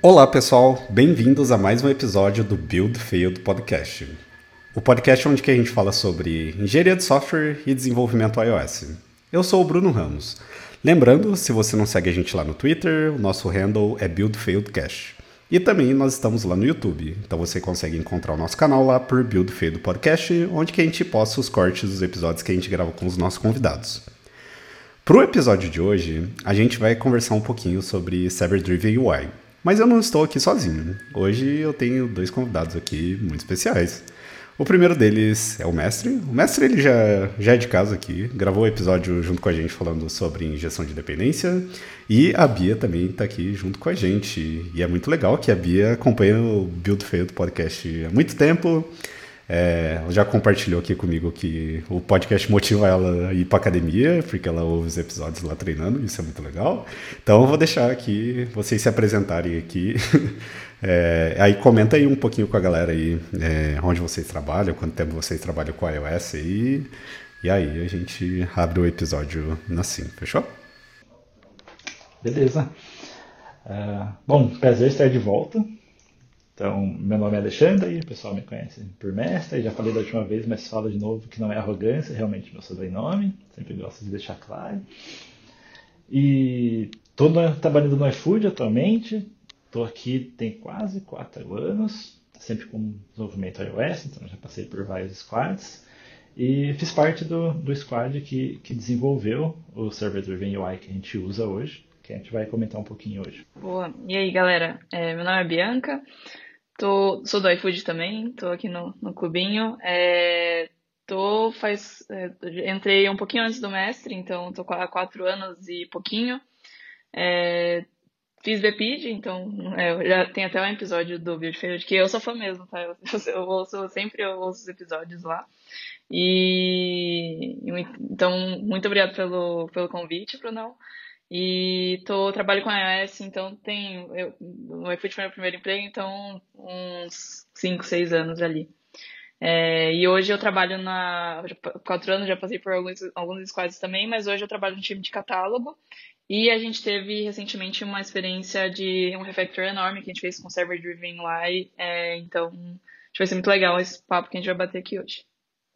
Olá pessoal, bem-vindos a mais um episódio do Build Failed Podcast. O podcast onde que a gente fala sobre engenharia de software e desenvolvimento iOS. Eu sou o Bruno Ramos. Lembrando, se você não segue a gente lá no Twitter, o nosso handle é BuildFailedCast. E também nós estamos lá no YouTube, então você consegue encontrar o nosso canal lá por Build Failed Podcast, onde que a gente posta os cortes dos episódios que a gente grava com os nossos convidados. Para o episódio de hoje, a gente vai conversar um pouquinho sobre Server Driven UI. Mas eu não estou aqui sozinho. Hoje eu tenho dois convidados aqui muito especiais. O primeiro deles é o Mestre. O Mestre ele já é de casa aqui, gravou o episódio junto com a gente falando sobre injeção de dependência. E a Bia também está aqui junto com a gente. E é muito legal que a Bia acompanha o Build Failed Podcast há muito tempo. Ela já compartilhou aqui comigo que o podcast motiva ela a ir para academia, porque ela ouve os episódios lá treinando, isso é muito legal. Então eu vou deixar aqui vocês se apresentarem aqui. Aí comenta aí um pouquinho com a galera aí, onde vocês trabalham, quanto tempo vocês trabalham com a iOS aí. E aí a gente abre o episódio assim, fechou? Beleza. Bom, prazer estar de volta. Então, meu nome é Alexandre, o pessoal me conhece por Mestre, já falei da última vez, mas falo de novo que não é arrogância, realmente meu sobrenome, sempre gosto de deixar claro. E estou trabalhando no iFood atualmente, estou aqui tem quase 4 anos, sempre com desenvolvimento iOS, então já passei por vários squads. E fiz parte do squad que desenvolveu o Server Driven UI que a gente usa hoje, que a gente vai comentar um pouquinho hoje. Boa. E aí, galera? Meu nome é Bianca, sou do iFood também, tô aqui no clubinho. Entrei um pouquinho antes do Mestre, então tô há 4 anos e pouquinho. Fiz BPID, então já tem até um episódio do Build Failed que eu sou fã mesmo, tá? Eu ouço os episódios lá. Então, muito obrigada pelo convite, Brunão. E trabalho com iOS, então o iFood foi meu primeiro emprego, então uns 5, 6 anos ali. E hoje eu trabalho 4 anos, já passei por alguns squads também, mas hoje eu trabalho no time de catálogo. E a gente teve recentemente uma experiência de um refactor enorme que a gente fez com Server Driven UI, então acho que vai ser muito legal esse papo que a gente vai bater aqui hoje.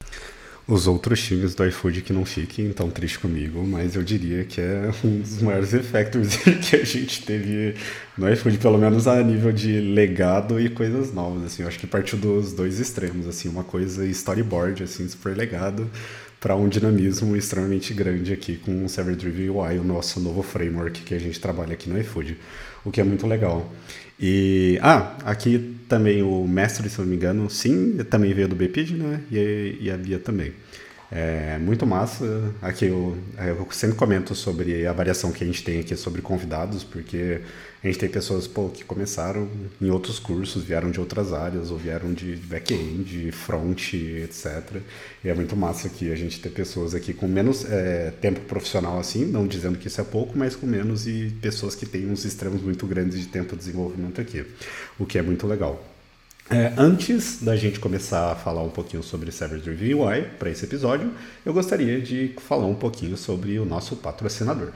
Os outros times do iFood que não fiquem tão tristes comigo, mas eu diria que é um dos maiores effectors que a gente teve no iFood, pelo menos a nível de legado e coisas novas, assim. Eu acho que partiu dos dois extremos, assim, uma coisa storyboard, assim, super legado, para um dinamismo extremamente grande aqui com o Server Driven UI, o nosso novo framework que a gente trabalha aqui no iFood, o que é muito legal. E, aqui também o Mestre, se eu não me engano, sim, também veio do BPID, né? E a Bia também. Muito massa. Aqui eu sempre comento sobre a variação que a gente tem aqui sobre convidados, porque a gente tem pessoas que começaram em outros cursos, vieram de outras áreas, ou vieram de back-end, front, etc. E é muito massa aqui a gente ter pessoas aqui com menos tempo profissional, assim, não dizendo que isso é pouco, mas com menos, e pessoas que têm uns extremos muito grandes de tempo de desenvolvimento aqui, o que é muito legal. Antes da gente começar a falar um pouquinho sobre Server Driven UI para esse episódio, eu gostaria de falar um pouquinho sobre o nosso patrocinador.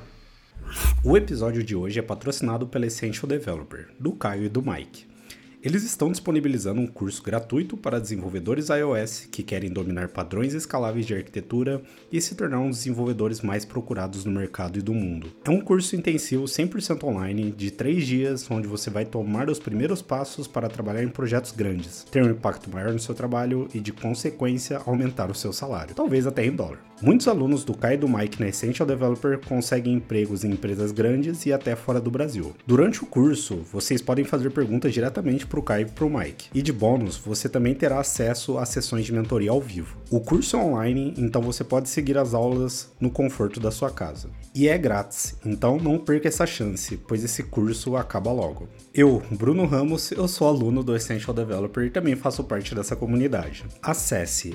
O episódio de hoje é patrocinado pela Essential Developer, do Caio e do Mike. Eles estão disponibilizando um curso gratuito para desenvolvedores iOS que querem dominar padrões escaláveis de arquitetura e se tornar um dos desenvolvedores mais procurados no mercado e do mundo. É um curso intensivo 100% online de 3 dias, onde você vai tomar os primeiros passos para trabalhar em projetos grandes, ter um impacto maior no seu trabalho e, de consequência, aumentar o seu salário, talvez até em dólar. Muitos alunos do Kai e do Mike na Essential Developer conseguem empregos em empresas grandes e até fora do Brasil. Durante o curso, vocês podem fazer perguntas diretamente para o Kai e para o Mike. E de bônus, você também terá acesso a sessões de mentoria ao vivo. O curso é online, então você pode seguir as aulas no conforto da sua casa. E é grátis, então não perca essa chance, pois esse curso acaba logo. Eu, Bruno Ramos, eu sou aluno do Essential Developer e também faço parte dessa comunidade. Acesse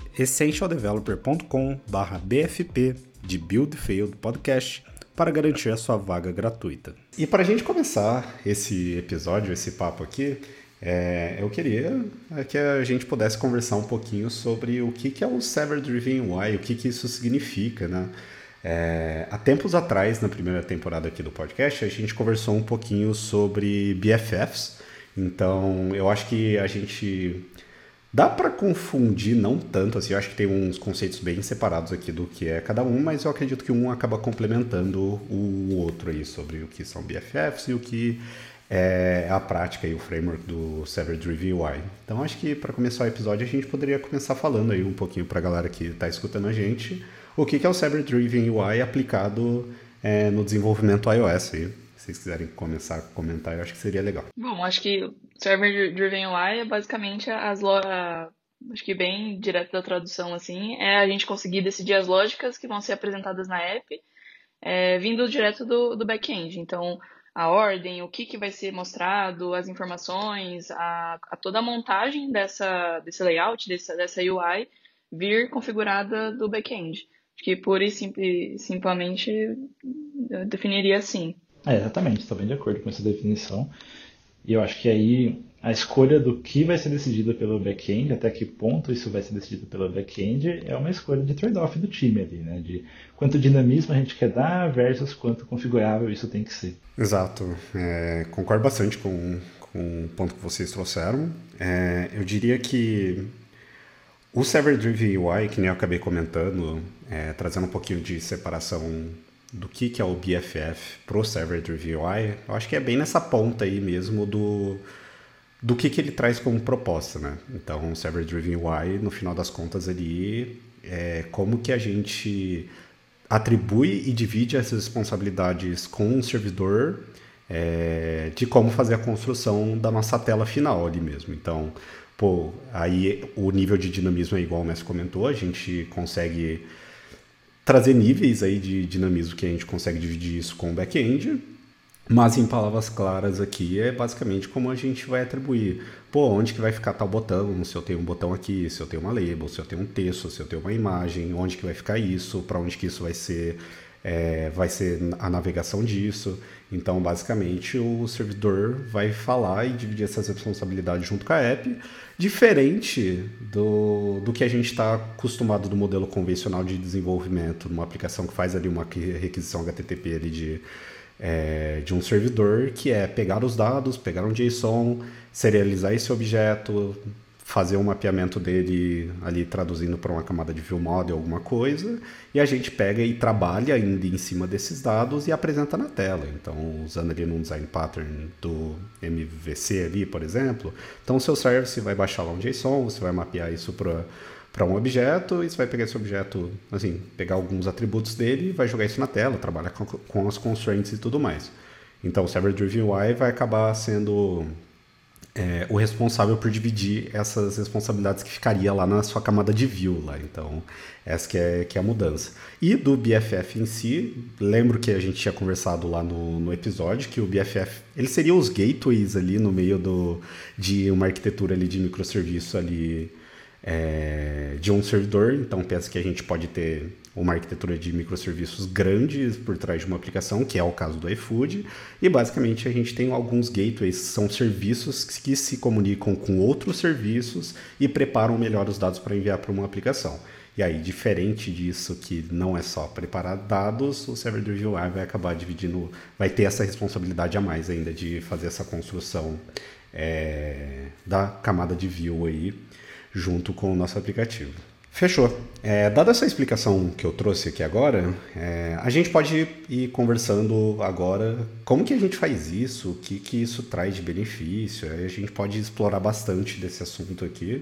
essentialdeveloper.com/BFP de Build Failed Podcast para garantir a sua vaga gratuita. E para a gente começar esse episódio, esse papo aqui, eu queria que a gente pudesse conversar um pouquinho sobre o que é o Server Driven UI, o que isso significa, né? Há tempos atrás, na primeira temporada aqui do podcast, a gente conversou um pouquinho sobre BFFs, Então, eu acho que a gente dá para confundir, não tanto assim, eu acho que tem uns conceitos bem separados aqui do que é cada um, mas eu acredito que um acaba complementando o outro aí, sobre o que são BFFs e o que é a prática e o framework do Server Driven UI. Então, acho que para começar o episódio a gente poderia começar falando aí um pouquinho para a galera que está escutando a gente, o que é o Server Driven UI aplicado no desenvolvimento iOS aí. Se vocês quiserem começar a comentar, eu acho que seria legal. Bom, acho que Server Driven UI é basicamente acho que bem direto da tradução, assim, é a gente conseguir decidir as lógicas que vão ser apresentadas na app, vindo direto do back-end. Então, a ordem, o que vai ser mostrado, as informações, a toda a montagem desse layout, dessa UI, vir configurada do back-end. Acho que pura e simplesmente eu definiria assim. Exatamente, estou bem de acordo com essa definição. E eu acho que aí a escolha do que vai ser decidido pelo back-end, até que ponto isso vai ser decidido pelo back-end, é uma escolha de trade-off do time ali, né? De quanto dinamismo a gente quer dar versus quanto configurável isso tem que ser. Exato. Concordo bastante com o ponto que vocês trouxeram. Eu diria que o Server Driven UI, que nem eu acabei comentando, trazendo um pouquinho de separação do que é o BFF pro Server Driven UI, eu acho que é bem nessa ponta aí mesmo do que ele traz como proposta, né? Então, o Server Driven UI, no final das contas, ele é como que a gente atribui e divide essas responsabilidades com o servidor de como fazer a construção da nossa tela final ali mesmo. Então, pô, aí o nível de dinamismo é igual o Messi comentou, a gente consegue trazer níveis aí de dinamismo que a gente consegue dividir isso com o back-end, mas em palavras claras aqui é basicamente como a gente vai atribuir. Pô, onde que vai ficar tal botão? Se eu tenho um botão aqui, se eu tenho uma label, se eu tenho um texto, se eu tenho uma imagem, onde que vai ficar isso, para onde que isso vai ser a navegação disso. Então, basicamente, o servidor vai falar e dividir essas responsabilidades junto com a app, diferente do que a gente está acostumado do modelo convencional de desenvolvimento, numa aplicação que faz ali uma requisição HTTP ali de um servidor, que é pegar os dados, pegar um JSON, serializar esse objeto, fazer um mapeamento dele ali traduzindo para uma camada de view model, alguma coisa, e a gente pega e trabalha ainda em cima desses dados e apresenta na tela. Então, usando ali num design pattern do MVC ali, por exemplo, então o seu service vai baixar lá um JSON, você vai mapear isso para um objeto, e você vai pegar esse objeto, assim, pegar alguns atributos dele e vai jogar isso na tela, trabalhar com as constraints e tudo mais. Então, o Server Driven UI vai acabar sendo o responsável por dividir essas responsabilidades que ficaria lá na sua camada de view lá. Então, essa que é a mudança. E do BFF em si, lembro que a gente tinha conversado lá no episódio que o BFF, ele seria os gateways ali no meio de uma arquitetura ali de microserviço ali de um servidor. Então, pensa que a gente pode ter uma arquitetura de microserviços grandes por trás de uma aplicação, que é o caso do iFood, e basicamente a gente tem alguns gateways, são serviços que se comunicam com outros serviços e preparam melhor os dados para enviar para uma aplicação. E aí, diferente disso, que não é só preparar dados, o Server Driven UI vai acabar dividindo, vai ter essa responsabilidade a mais ainda de fazer essa construção da camada de view aí, junto com o nosso aplicativo. Fechou. Dada essa explicação que eu trouxe aqui agora, a gente pode ir conversando agora como que a gente faz isso, o que isso traz de benefício. A gente pode explorar bastante desse assunto aqui.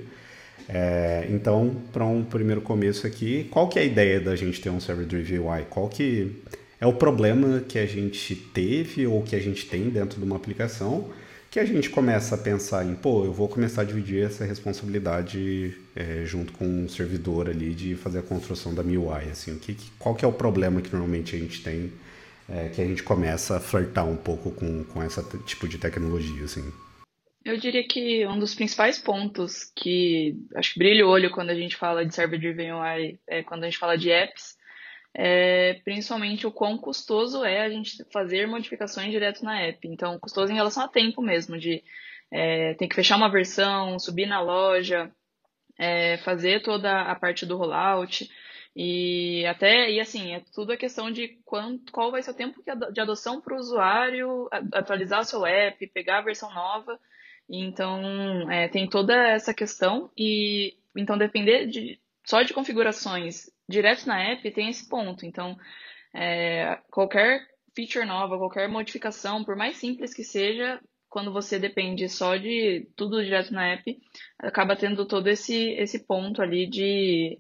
Então, para um primeiro começo aqui, qual que é a ideia da gente ter um Server Driven UI? Qual que é o problema que a gente teve ou que a gente tem dentro de uma aplicação que a gente começa a pensar em, eu vou começar a dividir essa responsabilidade junto com um servidor ali de fazer a construção da MIUI, assim, qual que é o problema que normalmente a gente tem, que a gente começa a flertar um pouco com esse tipo de tecnologia, assim? Eu diria que um dos principais pontos que acho que brilha o olho quando a gente fala de Server Driven UI, quando a gente fala de apps, principalmente o quão custoso é a gente fazer modificações direto na app. Então, custoso em relação a tempo mesmo, de ter que fechar uma versão, subir na loja, fazer toda a parte do rollout. E assim, é tudo a questão de qual vai ser o tempo de adoção para o usuário atualizar o seu app, pegar a versão nova. Então, tem toda essa questão e então depender só de configurações direto na app tem esse ponto. Então, qualquer feature nova, qualquer modificação, por mais simples que seja, quando você depende só de tudo direto na app, acaba tendo todo esse ponto ali de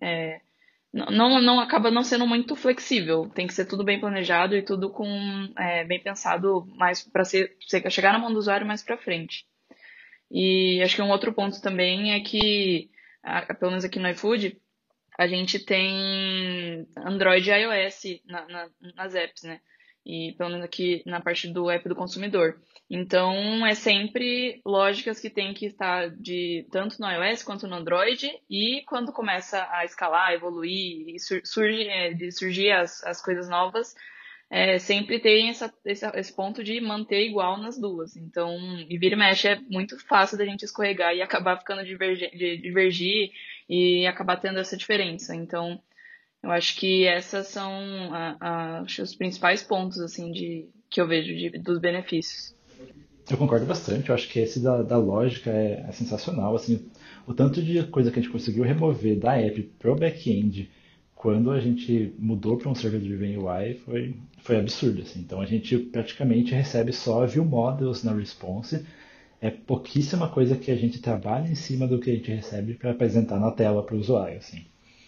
não acaba não sendo muito flexível. Tem que ser tudo bem planejado e tudo bem pensado mais para chegar na mão do usuário mais para frente. E acho que um outro ponto também é que, pelo menos aqui no iFood, a gente tem Android e iOS nas apps, né? E pelo menos aqui na parte do app do consumidor. Então, é sempre lógicas que tem que estar tanto no iOS quanto no Android, e quando começa a escalar, evoluir, e surgir as coisas novas, sempre tem esse ponto de manter igual nas duas. Então, e vira e mexe é muito fácil da gente escorregar e acabar ficando divergir e acabar tendo essa diferença. Então, eu acho que essas são acho, os principais pontos assim que eu vejo dos benefícios. Eu concordo bastante, eu acho que esse da lógica é sensacional, assim, o tanto de coisa que a gente conseguiu remover da app pro back-end quando a gente mudou para um server-driven UI foi absurdo, assim. Então a gente praticamente recebe só view models na response, é pouquíssima coisa que a gente trabalha em cima do que a gente recebe para apresentar na tela para o usuário, assim.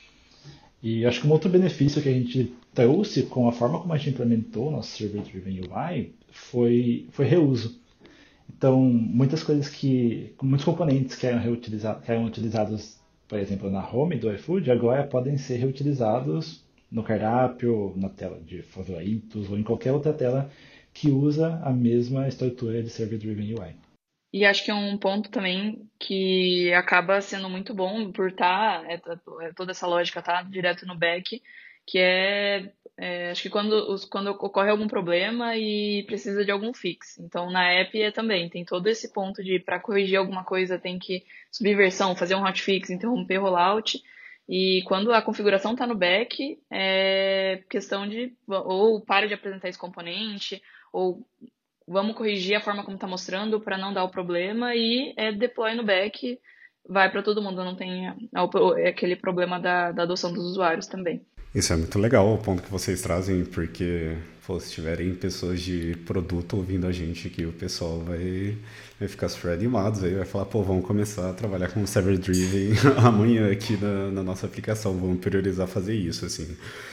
E acho que um outro benefício que a gente trouxe com a forma como a gente implementou o nosso server-driven UI foi reuso. Então, muitos componentes que eram utilizados, por exemplo, na home do iFood, agora podem ser reutilizados no cardápio, na tela de favoritos ou em qualquer outra tela que usa a mesma estrutura de server-driven UI. E acho que é um ponto também que acaba sendo muito bom por toda essa lógica tá direto no back, que acho que quando ocorre algum problema e precisa de algum fix. Então, na app também tem todo esse ponto de, para corrigir alguma coisa, tem que subir versão, fazer um hotfix, interromper rollout. E quando a configuração está no back, é questão de ou para de apresentar esse componente, ou vamos corrigir a forma como está mostrando para não dar o problema, e deploy no back, vai para todo mundo, não tem aquele problema da adoção dos usuários também. Isso é muito legal, o ponto que vocês trazem, porque se tiverem pessoas de produto ouvindo a gente aqui, o pessoal vai ficar super animados, aí vai falar, vamos começar a trabalhar com server-driven amanhã aqui na nossa aplicação, vamos priorizar fazer isso, assim.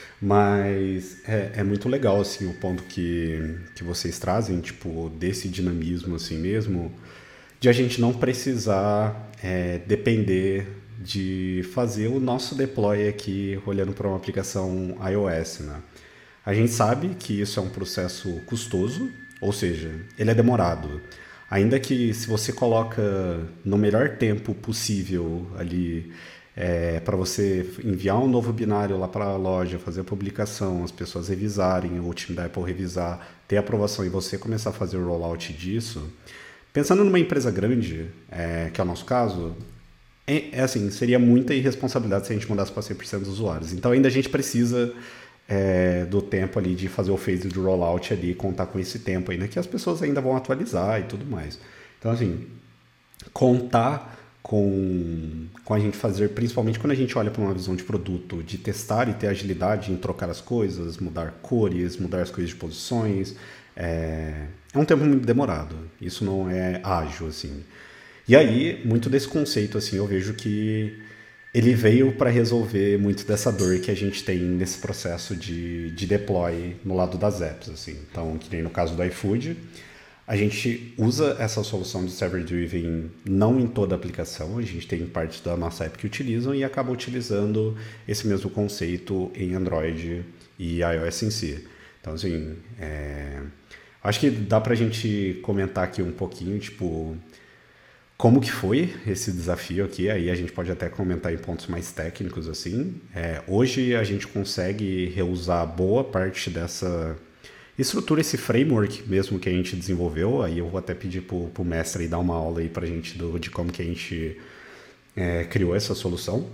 Mas é muito legal, assim, o ponto que vocês trazem, tipo, desse dinamismo, assim mesmo, de a gente não precisar depender de fazer o nosso deploy aqui olhando para uma aplicação iOS, né? A gente sabe que isso é um processo custoso, ou seja, ele é demorado. Ainda que se você coloca no melhor tempo possível ali para você enviar um novo binário lá para a loja, fazer a publicação, as pessoas revisarem, o time da Apple revisar, ter aprovação e você começar a fazer o rollout disso, pensando numa empresa grande, que é o nosso caso, assim, seria muita irresponsabilidade se a gente mudasse para 100% dos usuários. Então ainda a gente precisa do tempo ali de fazer o phase de rollout ali, contar com esse tempo ainda, que as pessoas ainda vão atualizar e tudo mais. Então assim, contar com a gente fazer, principalmente quando a gente olha para uma visão de produto, de testar e ter agilidade em trocar as coisas, mudar cores, mudar as coisas de posições, é um tempo muito demorado. Isso não é ágil, assim. E aí, muito desse conceito, assim, eu vejo que ele veio para resolver muito dessa dor que a gente tem nesse processo de deploy no lado das apps, assim. Então, que nem no caso do iFood, a gente usa essa solução de server-driven não em toda a aplicação, a gente tem partes da nossa app que utilizam e acaba utilizando esse mesmo conceito em Android e iOS em si. Então, assim, acho que dá pra gente comentar aqui um pouquinho, tipo, como que foi esse desafio aqui, aí a gente pode até comentar em pontos mais técnicos, assim. Hoje a gente consegue reusar boa parte dessa estrutura, esse framework mesmo que a gente desenvolveu. Aí eu vou até pedir pro mestre aí dar uma aula aí pra gente de como que a gente criou essa solução.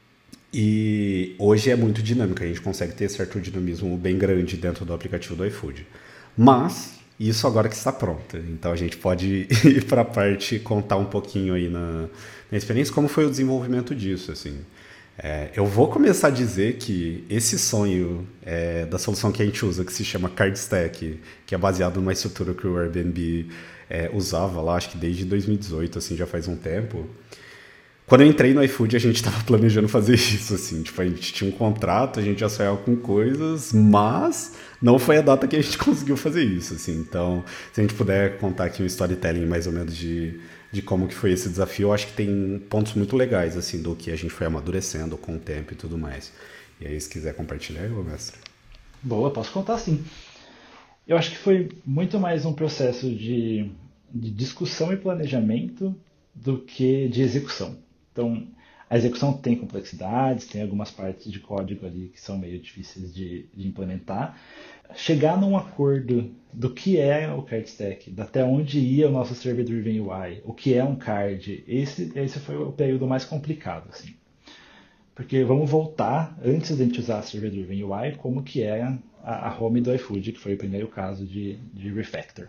E hoje é muito dinâmico, a gente consegue ter certo dinamismo bem grande dentro do aplicativo do iFood. Mas isso agora que está pronta. Então a gente pode ir para a parte, contar um pouquinho aí na experiência, como foi o desenvolvimento disso, assim. Eu vou começar a dizer que esse sonho da solução que a gente usa, que se chama CardStack, que é baseado numa estrutura que o Airbnb usava lá, acho que desde 2018, assim, já faz um tempo. Quando eu entrei no iFood, a gente estava planejando fazer isso, assim, tipo, a gente tinha um contrato, a gente já sonhava com coisas, mas não foi a data que a gente conseguiu fazer isso, assim. Então, se a gente puder contar aqui um storytelling mais ou menos de como que foi esse desafio, eu acho que tem pontos muito legais, assim, do que a gente foi amadurecendo com o tempo e tudo mais. E aí, se quiser compartilhar, eu, mestre. Boa, posso contar sim. Eu acho que foi muito mais um processo de discussão e planejamento do que de execução. Então, a execução tem complexidades, tem algumas partes de código ali que são meio difíceis de implementar. Chegar num acordo do que é o card stack, até onde ia o nosso Server Driven UI, o que é um card, esse foi o período mais complicado, assim. Porque vamos voltar, antes de a gente usar Server Driven UI, como que é a home do iFood, que foi o primeiro caso de refactor.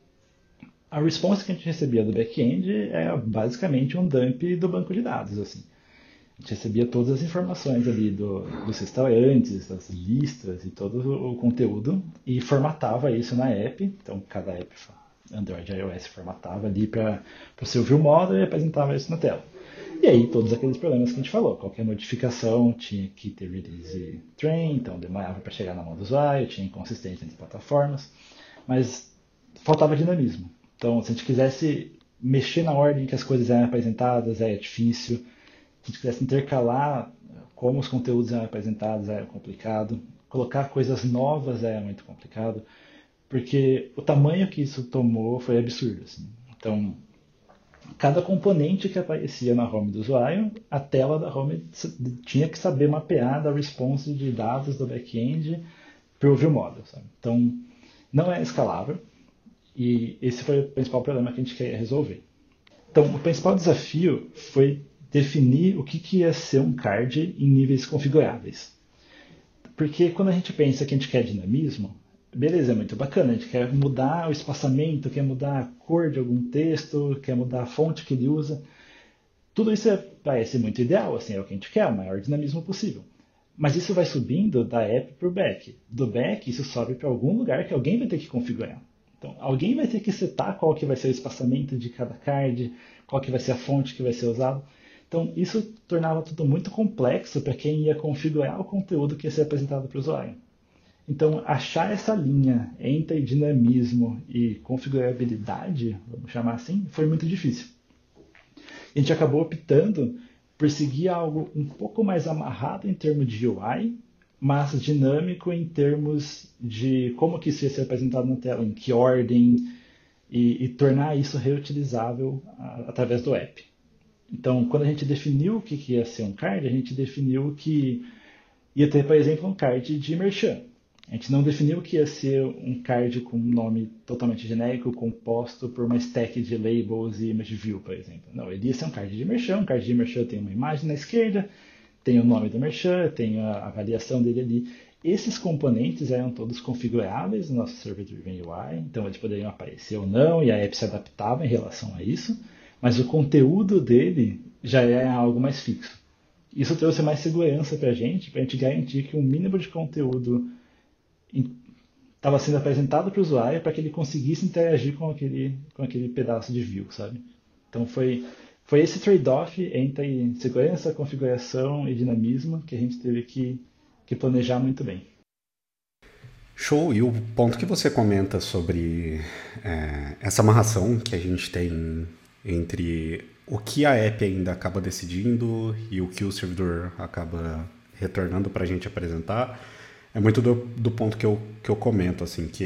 A response que a gente recebia do back-end é basicamente um dump do banco de dados, assim. A gente recebia todas as informações ali dos restaurantes, das listas e todo o conteúdo e formatava isso na app. Então, cada app, Android e iOS, formatava ali para o seu view model e apresentava isso na tela. E aí, todos aqueles problemas que a gente falou. Qualquer modificação tinha que ter release train, então demorava para chegar na mão do usuário, tinha inconsistência entre plataformas, mas faltava dinamismo. Então, se a gente quisesse mexer na ordem que as coisas eram apresentadas, era difícil. Se a gente quisesse intercalar como os conteúdos eram apresentados, era complicado. Colocar coisas novas era muito complicado, porque o tamanho que isso tomou foi absurdo, assim. Então, cada componente que aparecia na home do usuário, a tela da home tinha que saber mapear da response de dados do back-end para o view model, sabe? Então, não é escalável. E esse foi o principal problema que a gente queria resolver. Então, o principal desafio foi definir o que ia ser um card em níveis configuráveis. Porque quando a gente pensa que a gente quer dinamismo, beleza, é muito bacana, a gente quer mudar o espaçamento, quer mudar a cor de algum texto, quer mudar a fonte que ele usa. Tudo isso parece muito ideal, assim, é o que a gente quer, o maior dinamismo possível. Mas isso vai subindo da app para o back. Do back, isso sobe para algum lugar que alguém vai ter que configurar. Então, alguém vai ter que setar qual que vai ser o espaçamento de cada card, qual que vai ser a fonte que vai ser usada. Então, isso tornava tudo muito complexo para quem ia configurar o conteúdo que ia ser apresentado para o usuário. Então, achar essa linha entre dinamismo e configurabilidade, vamos chamar assim, foi muito difícil. A gente acabou optando por seguir algo um pouco mais amarrado em termos de UI, mas dinâmico em termos de como que isso ia ser apresentado na tela, em que ordem, e tornar isso reutilizável através do app. Então, quando a gente definiu o que ia ser um card, a gente definiu que ia ter, por exemplo, um card de merchan. A gente não definiu que ia ser um card com um nome totalmente genérico, composto por uma stack de labels e image view, por exemplo. Não, ele ia ser um card de merchan. Um card de merchan tem uma imagem na esquerda, tem o nome do merchan, tem a avaliação dele ali. Esses componentes eram todos configuráveis no nosso Server Driven UI, então eles poderiam aparecer ou não, e a app se adaptava em relação a isso, mas o conteúdo dele já era algo mais fixo. Isso trouxe mais segurança para a gente garantir que um mínimo de conteúdo estava sendo apresentado para o usuário para que ele conseguisse interagir com aquele pedaço de view, sabe? Então foi esse trade-off entre segurança, configuração e dinamismo que a gente teve que planejar muito bem. Show! E o ponto que você comenta sobre essa amarração que a gente tem entre o que a app ainda acaba decidindo e o que o servidor acaba retornando para a gente apresentar, é muito do ponto que eu comento, assim, que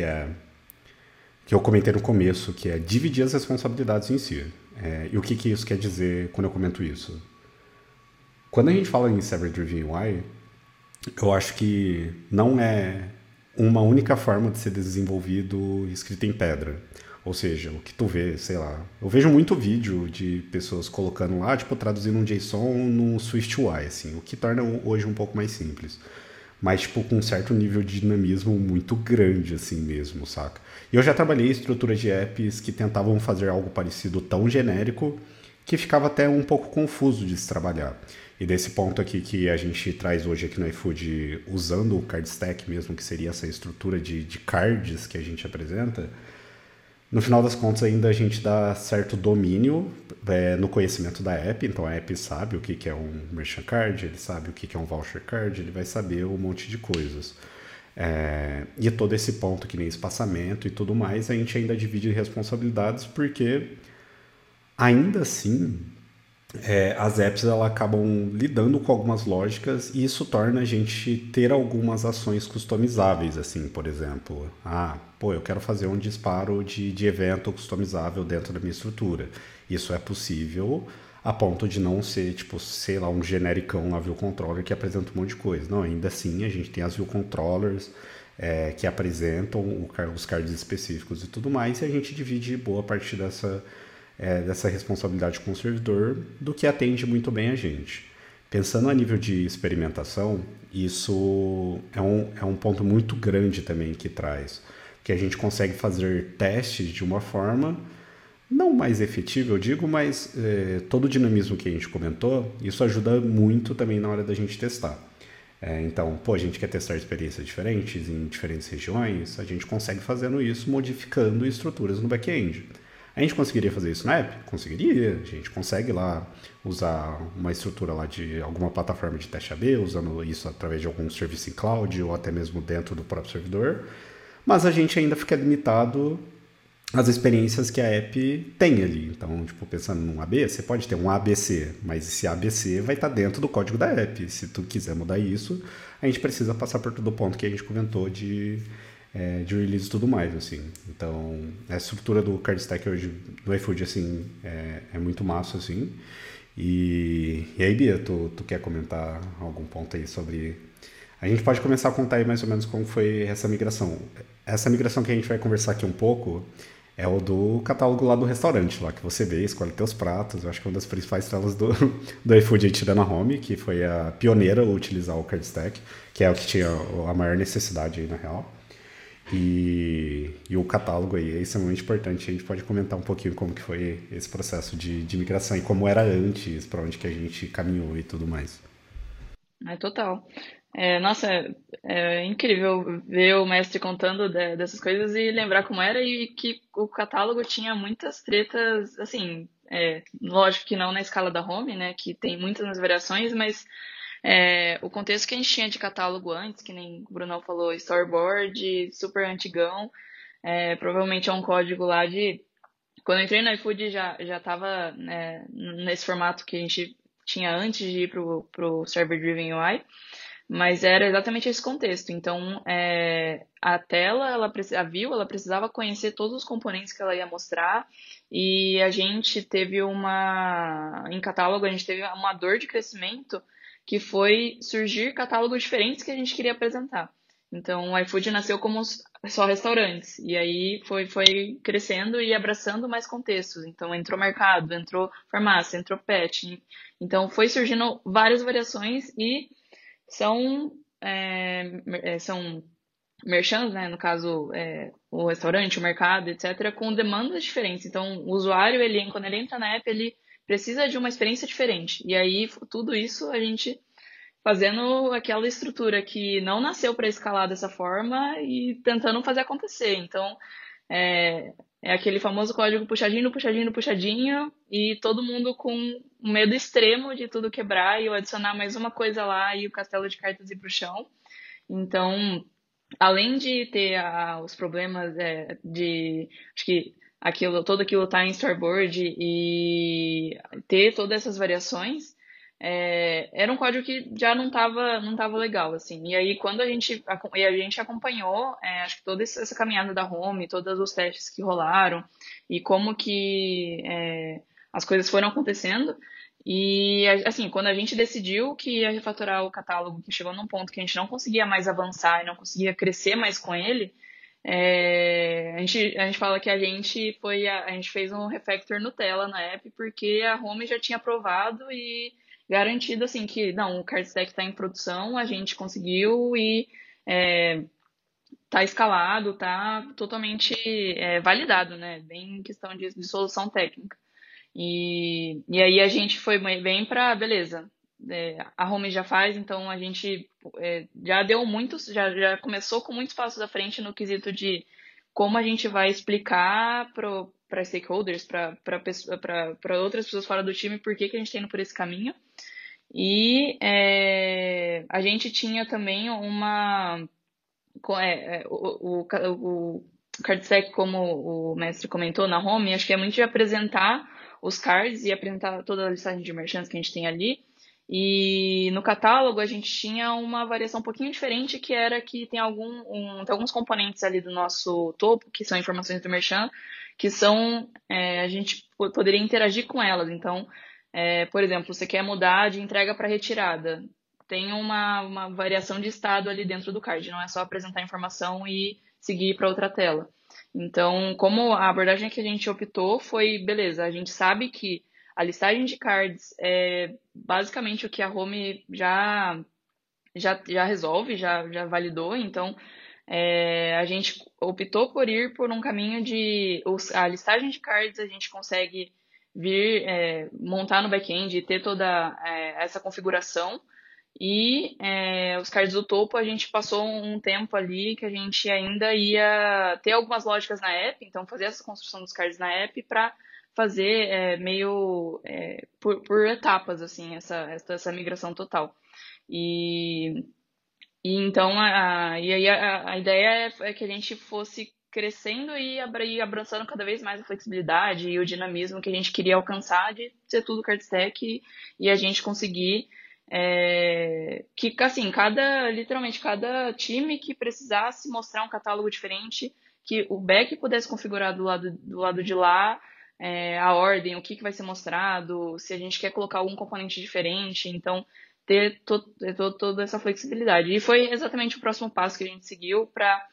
eu comentei no começo, que é dividir as responsabilidades em si. E o que isso quer dizer quando eu comento isso? Quando a gente fala em Server Driven UI, eu acho que não é uma única forma de ser desenvolvido escrito em pedra. Ou seja, o que tu vê, sei lá... Eu vejo muito vídeo de pessoas colocando lá, tipo, traduzindo um JSON num Swift UI, assim, o que torna hoje um pouco mais simples. mas tipo com um certo nível de dinamismo muito grande assim mesmo, saca? E eu já trabalhei em estruturas de apps que tentavam fazer algo parecido tão genérico que ficava até um pouco confuso de se trabalhar. E desse ponto aqui que a gente traz hoje aqui no iFood, usando o card stack mesmo, que seria essa estrutura de cards que a gente apresenta, no final das contas ainda a gente dá certo domínio no conhecimento da app, então a app sabe o que é um merchant card, ele sabe o que é um voucher card, ele vai saber um monte de coisas. E todo esse ponto, que nem espaçamento e tudo mais, a gente ainda divide responsabilidades porque ainda assim as apps elas acabam lidando com algumas lógicas e isso torna a gente ter algumas ações customizáveis, assim, por exemplo, eu quero fazer um disparo de evento customizável dentro da minha estrutura. Isso é possível a ponto de não ser, tipo, sei lá, um genericão lá, view controller que apresenta um monte de coisa. Não, ainda assim a gente tem as view controllers que apresentam os cards específicos e tudo mais, e a gente divide boa parte dessa responsabilidade com o servidor, do que atende muito bem a gente. Pensando a nível de experimentação, isso é um ponto muito grande também que traz, que a gente consegue fazer testes de uma forma não mais efetiva, eu digo, mas todo o dinamismo que a gente comentou, isso ajuda muito também na hora da gente testar. Então, a gente quer testar experiências diferentes em diferentes regiões, a gente consegue fazendo isso modificando estruturas no back-end. A gente conseguiria fazer isso na app? Conseguiria. A gente consegue lá usar uma estrutura lá de alguma plataforma de teste AB, usando isso através de algum serviço em cloud ou até mesmo dentro do próprio servidor. Mas a gente ainda fica limitado às experiências que a app tem ali. Então, tipo, pensando num AB, você pode ter um ABC, mas esse ABC vai estar dentro do código da app. Se tu quiser mudar isso, a gente precisa passar por todo o ponto que a gente comentou de release e tudo mais, assim. Então, a estrutura do card stack hoje do iFood, assim, é muito massa, assim. E aí, Bia, tu quer comentar algum ponto aí sobre... A gente pode começar a contar aí mais ou menos como foi essa migração. Essa migração que a gente vai conversar aqui um pouco é o do catálogo lá do restaurante, lá que você vê, escolhe teus pratos. Eu acho que é uma das principais telas do iFood aí, tirando a Home, que foi a pioneira a utilizar o card stack, que é o que tinha a maior necessidade aí, na real. E o catálogo aí é extremamente importante. A gente pode comentar um pouquinho como que foi esse processo de migração e como era antes, para onde que a gente caminhou e tudo mais. Total. Nossa, é incrível ver o mestre contando dessas coisas e lembrar como era e que o catálogo tinha muitas tretas, assim, lógico que não na escala da Home, né, que tem muitas variações, mas o contexto que a gente tinha de catálogo antes, que nem o Brunão falou, storyboard, super antigão, provavelmente é um código lá de... Quando eu entrei no iFood já estava nesse formato que a gente tinha antes de ir pro Server Driven UI, mas era exatamente esse contexto. Então, a tela, a view, ela precisava conhecer todos os componentes que ela ia mostrar e a gente teve em catálogo, a gente teve uma dor de crescimento que foi surgir catálogos diferentes que a gente queria apresentar. Então, o iFood nasceu como só restaurantes. E aí foi crescendo e abraçando mais contextos. Então, entrou mercado, entrou farmácia, entrou pet. Então, foi surgindo várias variações e são merchants, né? No caso, o restaurante, o mercado, etc., com demandas diferentes. Então, o usuário, quando ele entra na app, ele precisa de uma experiência diferente. E aí, tudo isso a gente fazendo aquela estrutura que não nasceu para escalar dessa forma e tentando fazer acontecer. Então, é aquele famoso código puxadinho, puxadinho, puxadinho, e todo mundo com um medo extremo de tudo quebrar e eu adicionar mais uma coisa lá e o castelo de cartas ir pro chão. Então, além de ter os problemas acho que todo aquilo tá em storyboard e ter todas essas variações, era um código que já não tava legal, assim. E aí, quando a gente acompanhou, acho que toda essa caminhada da Home, todos os testes que rolaram e como que as coisas foram acontecendo. E, assim, quando a gente decidiu que ia refatorar o catálogo, que chegou num ponto que a gente não conseguia mais avançar e não conseguia crescer mais com ele, a gente fala que a gente fez um refactor Nutella na app, porque a Home já tinha aprovado e garantido assim que não, o card stack está em produção, a gente conseguiu e tá escalado, tá totalmente validado, né? Bem em questão de solução técnica. E aí a gente foi bem para, beleza, a Home já faz, então a gente já deu muitos, já começou com muitos passos à frente no quesito de como a gente vai explicar para stakeholders, para outras pessoas fora do time, por que que a gente está indo por esse caminho. E a gente tinha também o CardSec, como o mestre comentou na Home, acho que é muito de apresentar os cards e apresentar toda a listagem de merchants que a gente tem ali. E no catálogo a gente tinha uma variação um pouquinho diferente, que era que tem tem alguns componentes ali do nosso topo, que são informações do merchant, que são, a gente poderia interagir com elas. Então, por exemplo, você quer mudar de entrega para retirada. Tem uma variação de estado ali dentro do card, não é só apresentar informação e seguir para outra tela. Então, como a abordagem que a gente optou foi, beleza, a gente sabe que a listagem de cards é basicamente o que a Home já resolve, já validou, então a gente optou por ir por um caminho de a listagem de cards a gente consegue vir montar no back-end e ter toda essa configuração. E os cards do topo, a gente passou um tempo ali que a gente ainda ia ter algumas lógicas na app, então fazer essa construção dos cards na app para fazer meio por etapas, assim, essa migração total. E então, e aí a ideia é que a gente fosse crescendo e abraçando cada vez mais a flexibilidade e o dinamismo que a gente queria alcançar de ser tudo card stack e a gente conseguir que, assim, literalmente, cada time que precisasse mostrar um catálogo diferente, que o back pudesse configurar do lado de lá, a ordem, o que vai ser mostrado, se a gente quer colocar algum componente diferente, então ter toda essa flexibilidade. E foi exatamente o próximo passo que a gente seguiu para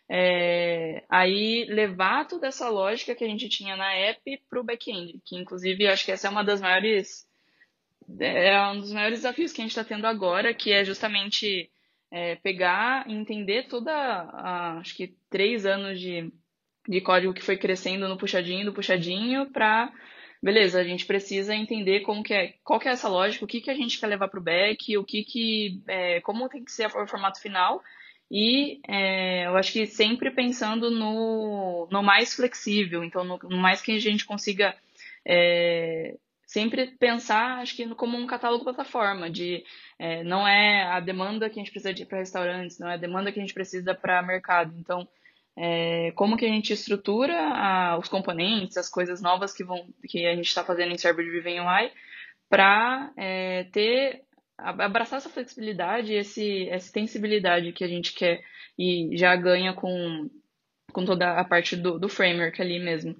aí levar toda essa lógica que a gente tinha na app para o back-end, que inclusive acho que essa é um dos maiores desafios que a gente está tendo agora, que é justamente pegar e entender acho que 3 anos de código que foi crescendo no puxadinho, do puxadinho, para, beleza, a gente precisa entender qual que é essa lógica, o que que a gente quer levar para o back, como tem que ser o formato final, e eu acho que sempre pensando no mais flexível, então no mais que a gente consiga sempre pensar, acho que como um catálogo plataforma, não é a demanda que a gente precisa de para restaurantes, não é a demanda que a gente precisa para mercado. Então, como que a gente estrutura os componentes, as coisas novas que a gente está fazendo em Server Driven UI para abraçar essa flexibilidade e essa extensibilidade que a gente quer e já ganha com toda a parte do framework ali mesmo.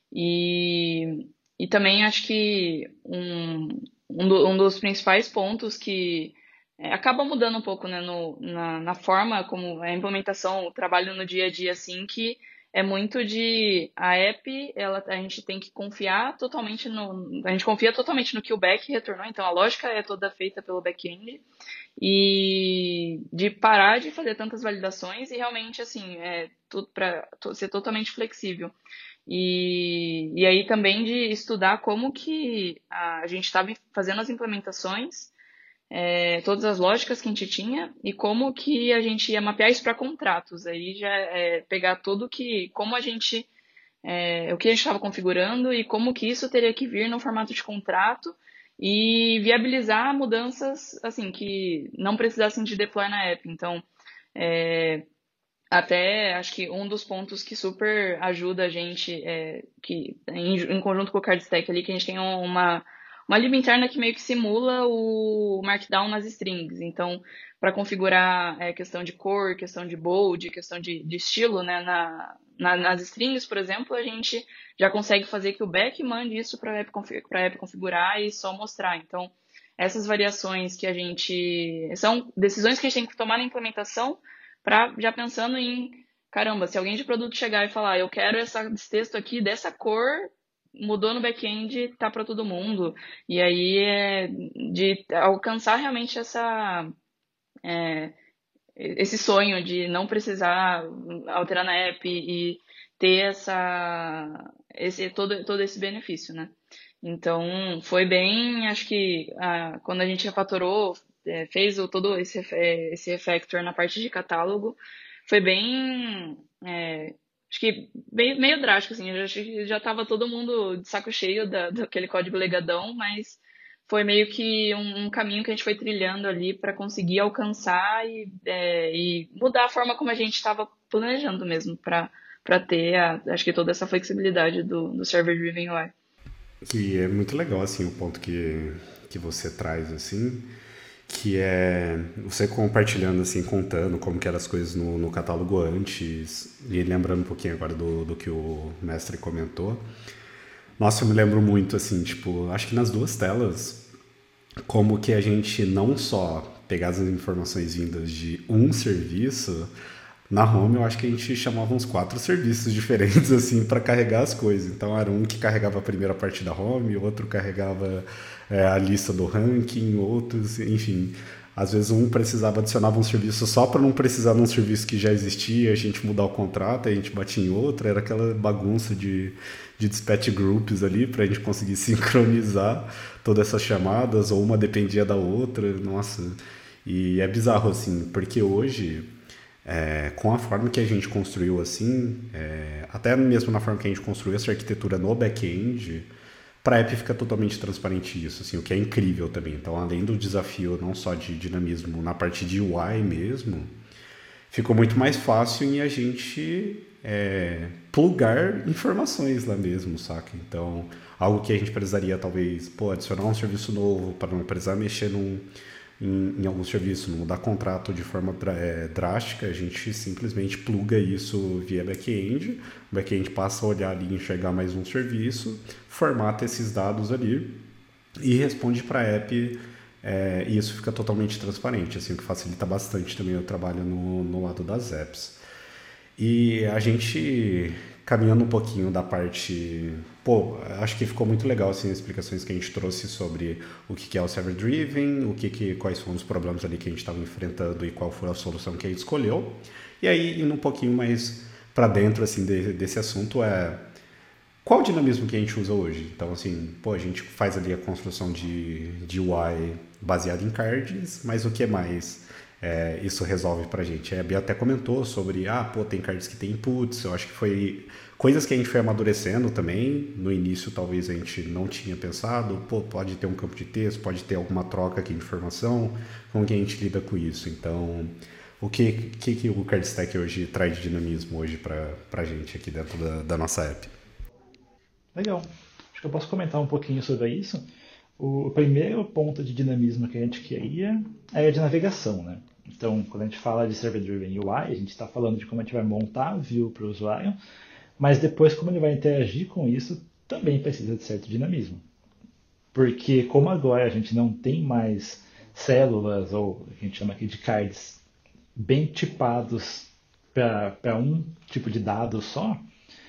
E também acho que um dos principais pontos que acaba mudando um pouco, né, na forma como a implementação, o trabalho no dia a dia, assim, que é muito a app, a gente tem que confiar totalmente a gente confia totalmente no que o back retornou, então a lógica é toda feita pelo back-end, e de parar de fazer tantas validações e realmente, assim, tudo para ser totalmente flexível. E aí também de estudar como que a gente estava fazendo as implementações, todas as lógicas que a gente tinha e como que a gente ia mapear isso para contratos. Aí já pegar como a gente, o que a gente estava configurando e como que isso teria que vir no formato de contrato e viabilizar mudanças assim que não precisassem de deploy na app. Então, até acho que um dos pontos que super ajuda a gente, que em conjunto com o CardStack ali, que a gente tem uma lib interna que meio que simula o Markdown nas strings. Então, para configurar questão de cor, questão de bold, questão de estilo, né, nas strings, por exemplo, a gente já consegue fazer que o back mande isso para a app configurar e só mostrar. Então, essas variações que são decisões que a gente tem que tomar na implementação, já pensando caramba, se alguém de produto chegar e falar, eu quero esse texto aqui dessa cor, mudou no back-end, tá para todo mundo. E aí é de alcançar realmente esse sonho de não precisar alterar na app e ter todo esse benefício, né? Então, foi bem, acho que quando a gente refatorou, fez todo esse refactor na parte de catálogo, foi bem, acho que meio drástico, assim, acho que já estava todo mundo de saco cheio daquele código legadão, mas foi meio que um caminho que a gente foi trilhando ali para conseguir alcançar e mudar a forma como a gente estava planejando mesmo, para ter, acho que toda essa flexibilidade do Server Driven UI. Que é muito legal, assim, o ponto que você traz, assim, que é você compartilhando, assim, contando como que eram as coisas no catálogo antes, e lembrando um pouquinho agora do que o mestre comentou. Nossa, eu me lembro muito, assim, tipo, acho que nas duas telas, como que a gente não só pegar as informações vindas de um serviço, na home eu acho que a gente chamava uns 4 serviços diferentes assim para carregar as coisas. Então era um que carregava a primeira parte da home, outro carregava a lista do ranking, outros, enfim. Às vezes um precisava adicionar um serviço só para não precisar de um serviço que já existia, a gente mudar o contrato, a gente batia em outro, era aquela bagunça de dispatch groups ali para a gente conseguir sincronizar todas essas chamadas, ou uma dependia da outra, nossa. E é bizarro assim, porque hoje, com a forma que a gente construiu assim, até mesmo na forma que a gente construiu essa arquitetura no back-end, para a app fica totalmente transparente isso, assim, o que é incrível também. Então, além do desafio não só de dinamismo na parte de UI mesmo, ficou muito mais fácil em a gente plugar informações lá mesmo, saca? Então, algo que a gente precisaria talvez adicionar um serviço novo para não precisar mexer em algum serviço, não mudar contrato de forma drástica, a gente simplesmente pluga isso via back-end, o back-end passa a olhar ali e enxergar mais um serviço, formata esses dados ali e responde para a app, e isso fica totalmente transparente, assim, o que facilita bastante também o trabalho no lado das apps. E a gente, caminhando um pouquinho da parte... acho que ficou muito legal assim, as explicações que a gente trouxe sobre o que é o Server Driven, quais foram os problemas ali que a gente estava enfrentando e qual foi a solução que a gente escolheu. E aí, indo um pouquinho mais para dentro assim, desse assunto, qual o dinamismo que a gente usa hoje? Então, assim, a gente faz ali a construção de UI baseado em cards, mas o que mais isso resolve pra gente? A Bia até comentou sobre, tem cards que tem inputs, eu acho que foi coisas que a gente foi amadurecendo também. No início, talvez a gente não tinha pensado, pode ter um campo de texto, pode ter alguma troca aqui de informação, como que a gente lida com isso? Então, o que o Card Stack hoje traz de dinamismo hoje pra gente aqui dentro da nossa app? Legal. Acho que eu posso comentar um pouquinho sobre isso. O primeiro ponto de dinamismo que a gente queria é de navegação, né? Então, quando a gente fala de Server Driven UI, a gente está falando de como a gente vai montar a view para o usuário, mas depois como ele vai interagir com isso também precisa de certo dinamismo. Porque como agora a gente não tem mais células, ou a gente chama aqui de cards, bem tipados para um tipo de dado só,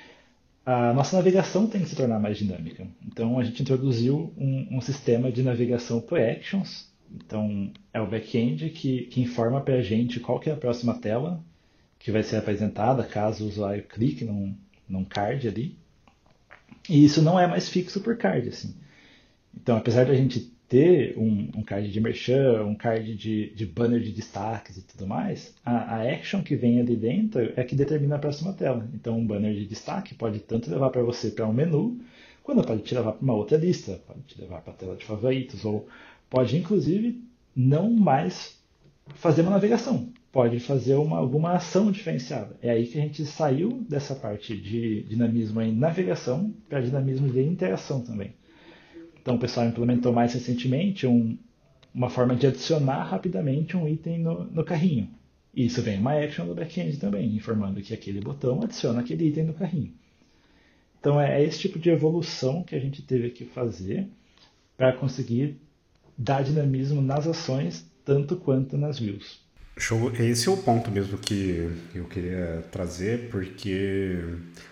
a nossa navegação tem que se tornar mais dinâmica. Então a gente introduziu um sistema de navegação por actions. Então é o back-end que informa para a gente qual que é a próxima tela que vai ser apresentada caso o usuário clique num card ali. E isso não é mais fixo por card. Assim. Então apesar de a gente ter um card de merchan, um card de banner de destaques e tudo mais, a action que vem ali dentro é que determina a próxima tela. Então um banner de destaque pode tanto levar para você para um menu, quando pode te levar para uma outra lista, pode te levar para a tela de favoritos, ou pode inclusive não mais fazer uma navegação, pode fazer alguma ação diferenciada. É aí que a gente saiu dessa parte de dinamismo em navegação para dinamismo de interação também. Então o pessoal implementou mais recentemente uma forma de adicionar rapidamente um item no carrinho. E isso vem uma action do back-end também, informando que aquele botão adiciona aquele item no carrinho. Então é esse tipo de evolução que a gente teve que fazer para conseguir dar dinamismo nas ações, tanto quanto nas views. Show. Esse é o ponto mesmo que eu queria trazer, porque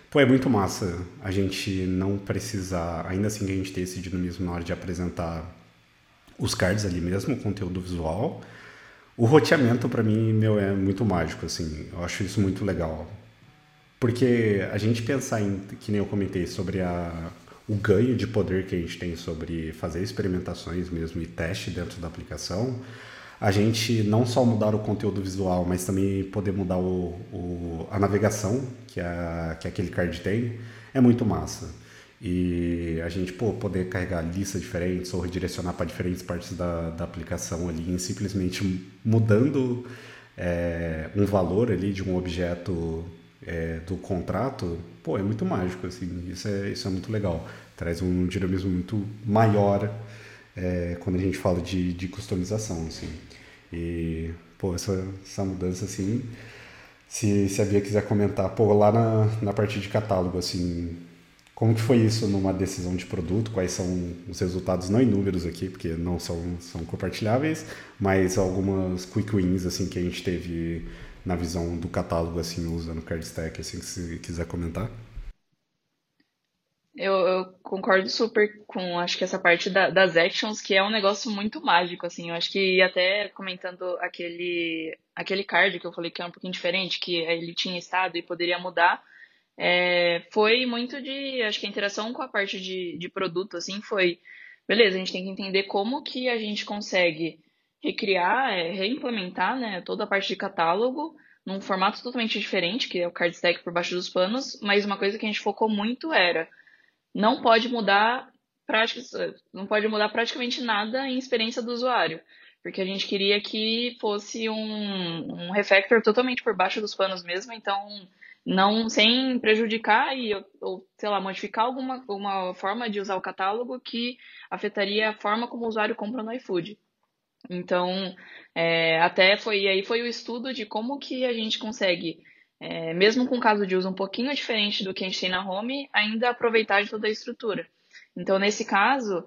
Pô, é muito massa a gente não precisar, ainda assim que a gente ter esse dinamismo na hora de apresentar os cards ali mesmo, o conteúdo visual. O roteamento, pra mim, meu, é muito mágico, assim. Eu acho isso muito legal. Porque a gente pensar em, que nem eu comentei, sobre o ganho de poder que a gente tem sobre fazer experimentações mesmo e teste dentro da aplicação, a gente não só mudar o conteúdo visual, mas também poder mudar a navegação que aquele card tem, é muito massa. E a gente poder carregar listas diferentes ou redirecionar para diferentes partes da aplicação ali, simplesmente mudando um valor ali de um objeto do contrato, é muito mágico, assim, isso é muito legal. Traz um dinamismo muito maior quando a gente fala de customização, assim. E, essa mudança, assim, se a Bia quiser comentar, lá na parte de catálogo, assim, como que foi isso numa decisão de produto? Quais são os resultados, não em números aqui, porque não são compartilháveis, mas algumas quick wins, assim, que a gente teve na visão do catálogo, assim, usando o CardStack, assim, que se quiser comentar. Eu concordo super com, acho que essa parte das actions, que é um negócio muito mágico, assim. Eu acho que até comentando aquele card que eu falei que é um pouquinho diferente, que ele tinha estado e poderia mudar, foi muito de, acho que a interação com a parte de produto, assim, foi, beleza, a gente tem que entender como que a gente consegue recriar, reimplementar, né, toda a parte de catálogo num formato totalmente diferente, que é o card stack por baixo dos panos, mas uma coisa que a gente focou muito era não pode mudar não pode mudar praticamente nada em experiência do usuário, porque a gente queria que fosse um refactor totalmente por baixo dos panos mesmo, então não sem prejudicar ou sei lá, modificar alguma forma de usar o catálogo que afetaria a forma como o usuário compra no iFood. Então, até foi o estudo de como que a gente consegue, mesmo com o caso de uso um pouquinho diferente do que a gente tem na home, ainda aproveitar de toda a estrutura. Então, nesse caso,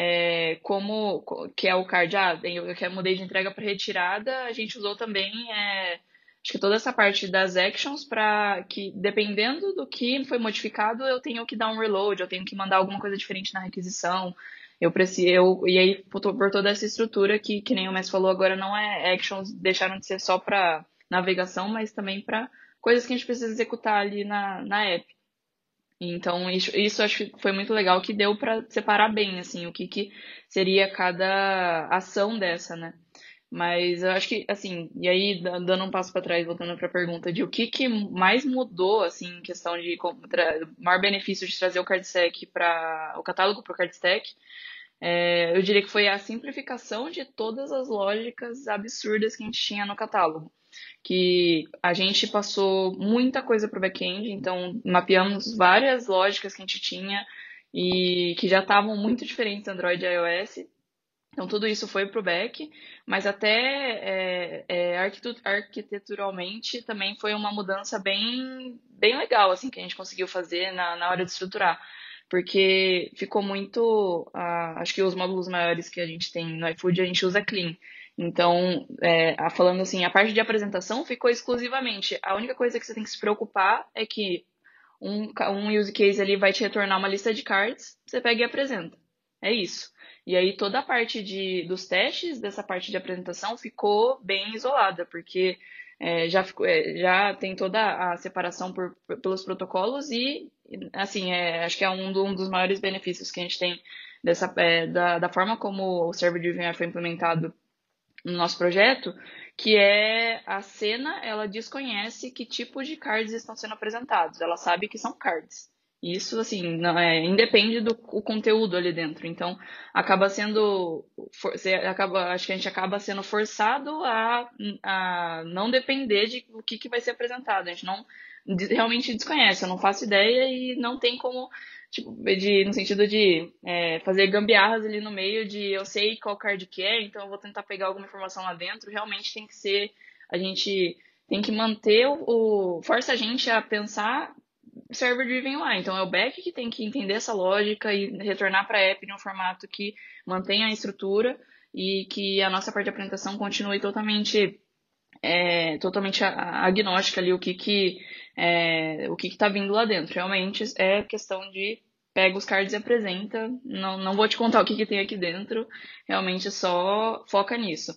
que é o card, eu mudei de entrega para retirada, a gente usou também, acho que toda essa parte das actions para que, dependendo do que foi modificado, eu tenho que dar um reload, eu tenho que mandar alguma coisa diferente na requisição. E aí, por toda essa estrutura que nem o Messi falou, agora não é actions, deixaram de ser só para navegação, mas também para coisas que a gente precisa executar ali na app. Então, isso acho que foi muito legal, que deu para separar bem, assim, o que seria cada ação dessa, né? Mas eu acho que, assim, e aí, dando um passo para trás, voltando para a pergunta de o que mais mudou, assim, em questão de maior benefício de trazer o CardStack para o catálogo para o CardStack, eu diria que foi a simplificação de todas as lógicas absurdas que a gente tinha no catálogo. Que a gente passou muita coisa para o back-end, então mapeamos várias lógicas que a gente tinha e que já estavam muito diferentes Android e iOS. Então tudo isso foi para o back, mas até arquiteturalmente também foi uma mudança bem legal assim que a gente conseguiu fazer na hora de estruturar. Porque ficou muito. Acho que os módulos maiores que a gente tem no iFood a gente usa clean. Então, falando assim, a parte de apresentação ficou exclusivamente. A única coisa que você tem que se preocupar é que um use case ali vai te retornar uma lista de cards, você pega e apresenta. É isso. E aí toda a parte dos testes dessa parte de apresentação ficou bem isolada, porque já tem toda a separação pelos protocolos e, assim, acho que é um dos maiores benefícios que a gente tem da forma como o Server Driven foi implementado no nosso projeto, que é a cena, ela desconhece que tipo de cards estão sendo apresentados, ela sabe que são cards. Isso, assim, não, independe do o conteúdo ali dentro. Então, acaba sendo. Acho que a gente acaba sendo forçado a não depender de o que vai ser apresentado. A gente não realmente desconhece, eu não faço ideia e não tem como, tipo, no sentido de fazer gambiarras ali no meio de eu sei qual card que é, então eu vou tentar pegar alguma informação lá dentro. Realmente tem que ser. A gente tem que manter força a gente a pensar server driven lá. Então é o back que tem que entender essa lógica e retornar para a app em um formato que mantenha a estrutura e que a nossa parte de apresentação continue totalmente agnóstica ali, o que o que está vindo lá dentro. Realmente é questão de pega os cards e apresenta. Não vou te contar o que tem aqui dentro, realmente só foca nisso.